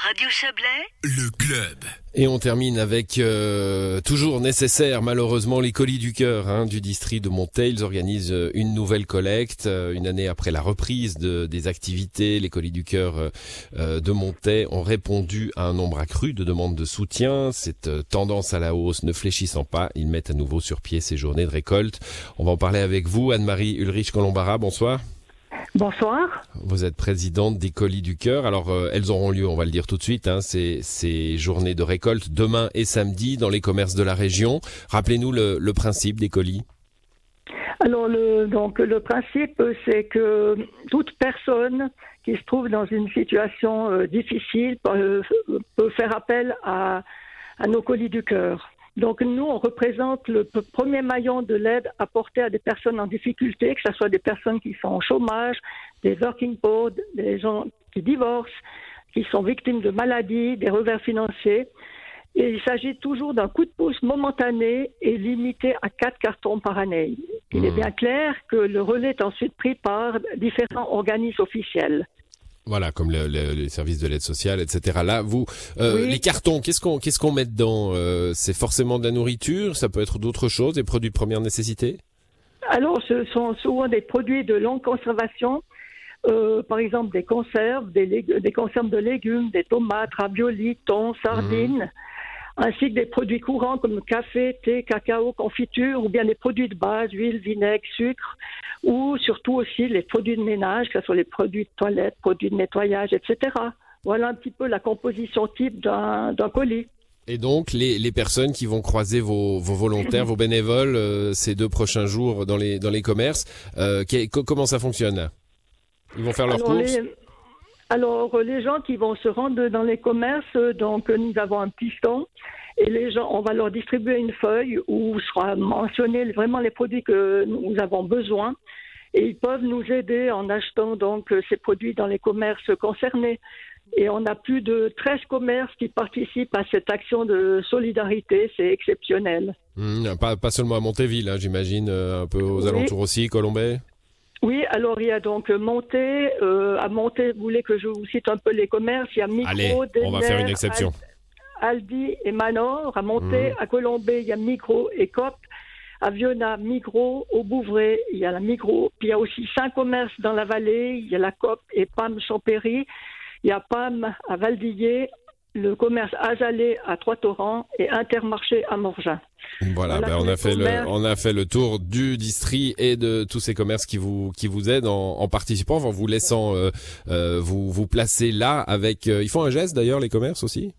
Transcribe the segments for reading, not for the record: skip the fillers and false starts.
Radio Chablais, le club. Et on termine avec toujours nécessaire malheureusement les colis du cœur du district de Montaix. Ils organisent une nouvelle collecte une année après la reprise des activités. Les colis du cœur de Montaix ont répondu à un nombre accru de demandes de soutien. Cette tendance à la hausse ne fléchissant pas, ils mettent à nouveau sur pied ces journées de récolte. On va en parler avec vous, Anne-Marie Ulrich-Colombara. Bonsoir. Bonsoir. Vous êtes présidente des Colis du Cœur. Alors, elles auront lieu, on va le dire tout de suite, ces journées de récolte demain et samedi dans les commerces de la région. Rappelez-nous le principe des colis. Alors, le principe, c'est que toute personne qui se trouve dans une situation difficile peut faire appel à nos Colis du Cœur. Donc nous, on représente le premier maillon de l'aide apportée à des personnes en difficulté, que ce soit des personnes qui sont au chômage, des working poor, des gens qui divorcent, qui sont victimes de maladies, des revers financiers. Et il s'agit toujours d'un coup de pouce momentané et limité à 4 cartons par année. Il est bien clair que le relais est ensuite pris par différents organismes officiels. Voilà, comme les services de l'aide sociale, etc. Là, vous, oui. Les cartons, qu'est-ce qu'on met dedans? C'est forcément de la nourriture, ça peut être d'autres choses, des produits de première nécessité? Alors, ce sont souvent des produits de longue conservation, par exemple des conserves, des conserves de légumes, des tomates, raviolis, thon, sardines, ainsi que des produits courants comme café, thé, cacao, confiture, ou bien des produits de base, huile, vinaigre, sucre, ou surtout aussi les produits de ménage, que ce soit les produits de toilette, produits de nettoyage, etc. Voilà un petit peu la composition type d'un colis. Et donc, les personnes qui vont croiser vos volontaires, vos bénévoles, ces 2 prochains jours dans les commerces, comment ça fonctionne là? Ils vont faire leurs courses? Alors, les gens qui vont se rendre dans les commerces, donc nous avons un piston et les gens, on va leur distribuer une feuille où sera mentionné vraiment les produits que nous avons besoin et ils peuvent nous aider en achetant donc ces produits dans les commerces concernés. Et on a plus de 13 commerces qui participent à cette action de solidarité, c'est exceptionnel. Pas seulement à Montéville, j'imagine, un peu aux alentours aussi, Colombais. Oui, alors il y a donc Montaix, à Montaix, vous voulez que je vous cite un peu les commerces, il y a Migros, Allez, on va faire une exception. Aldi et Manor, à Montaix, à Colombais, il y a Migros et Coop, à Viona, Migros, au Bouvray, il y a la Migros, puis il y a aussi 5 commerces dans la vallée, il y a la Coop et PAM Champéry, il y a PAM à Valdillier, le commerce Azalée à Trois-Torrents et Intermarché à Morgin. Voilà, on a fait le tour du district et de tous ces commerces qui vous aident en participant, en vous laissant vous placer là avec. Ils font un geste d'ailleurs les commerces aussi.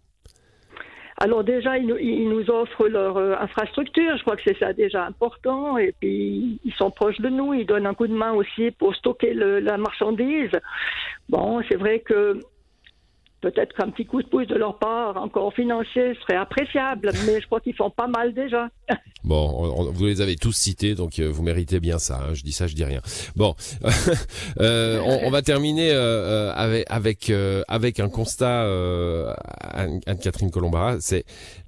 Alors déjà ils nous offrent leur infrastructure, je crois que c'est ça déjà important, et puis ils sont proches de nous, ils donnent un coup de main aussi pour stocker la marchandise. Bon, c'est vrai que peut-être qu'un petit coup de pouce de leur part, encore financier, serait appréciable, mais je crois qu'ils font pas mal déjà. Bon, vous les avez tous cités, donc vous méritez bien ça. Je dis ça, je dis rien. Bon, on va terminer avec un constat, Anne-Catherine Colombara, c'est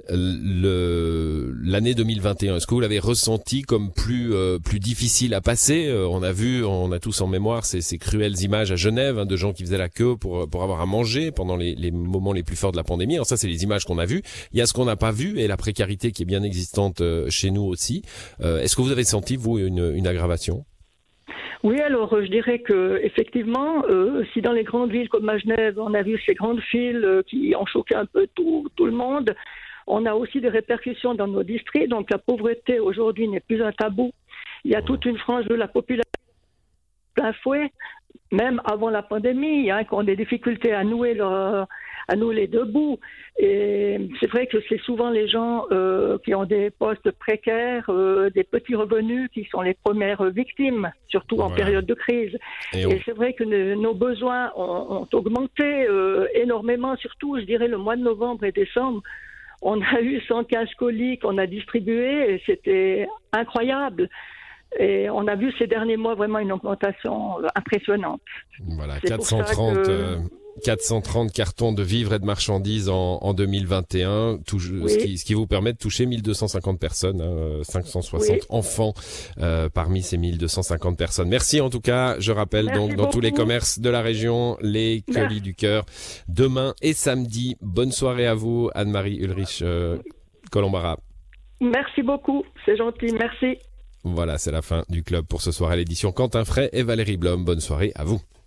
l'année 2021. Est-ce que vous l'avez ressenti comme plus difficile à passer? On a tous en mémoire ces cruelles images à Genève de gens qui faisaient la queue pour avoir à manger pendant les moments les plus forts de la pandémie. Alors ça, c'est les images qu'on a vues. Il y a ce qu'on n'a pas vu et la précarité qui est bien existante chez nous aussi. Est-ce que vous avez senti, vous, une aggravation? Oui, alors je dirais que effectivement, si dans les grandes villes comme à Genève, on a vu ces grandes files qui ont choqué un peu tout le monde, on a aussi des répercussions dans nos districts. Donc la pauvreté aujourd'hui n'est plus un tabou. Il y a toute une frange de la population plein fouet, même avant la pandémie, qui ont des difficultés à nouer les deux bouts. Et c'est vrai que c'est souvent les gens qui ont des postes précaires, des petits revenus, qui sont les premières victimes, surtout en période de crise. Et c'est vrai que nos besoins ont augmenté énormément, surtout, je dirais, le mois de novembre et décembre. On a eu 115 colis qu'on a distribués et c'était incroyable. Et on a vu ces derniers mois vraiment une augmentation impressionnante. Voilà, 430 430 cartons de vivres et de marchandises en 2021, ce qui vous permet de toucher 1250 personnes, 560 enfants parmi ces 1250 personnes. Merci en tout cas, je rappelle donc dans tous les commerces de la région, les colis du cœur, demain et samedi. Bonne soirée à vous, Anne-Marie Ulrich Colombara. Merci beaucoup, c'est gentil, merci. Voilà, c'est la fin du club pour ce soir à l'édition Quentin Fray et Valérie Blom. Bonne soirée à vous.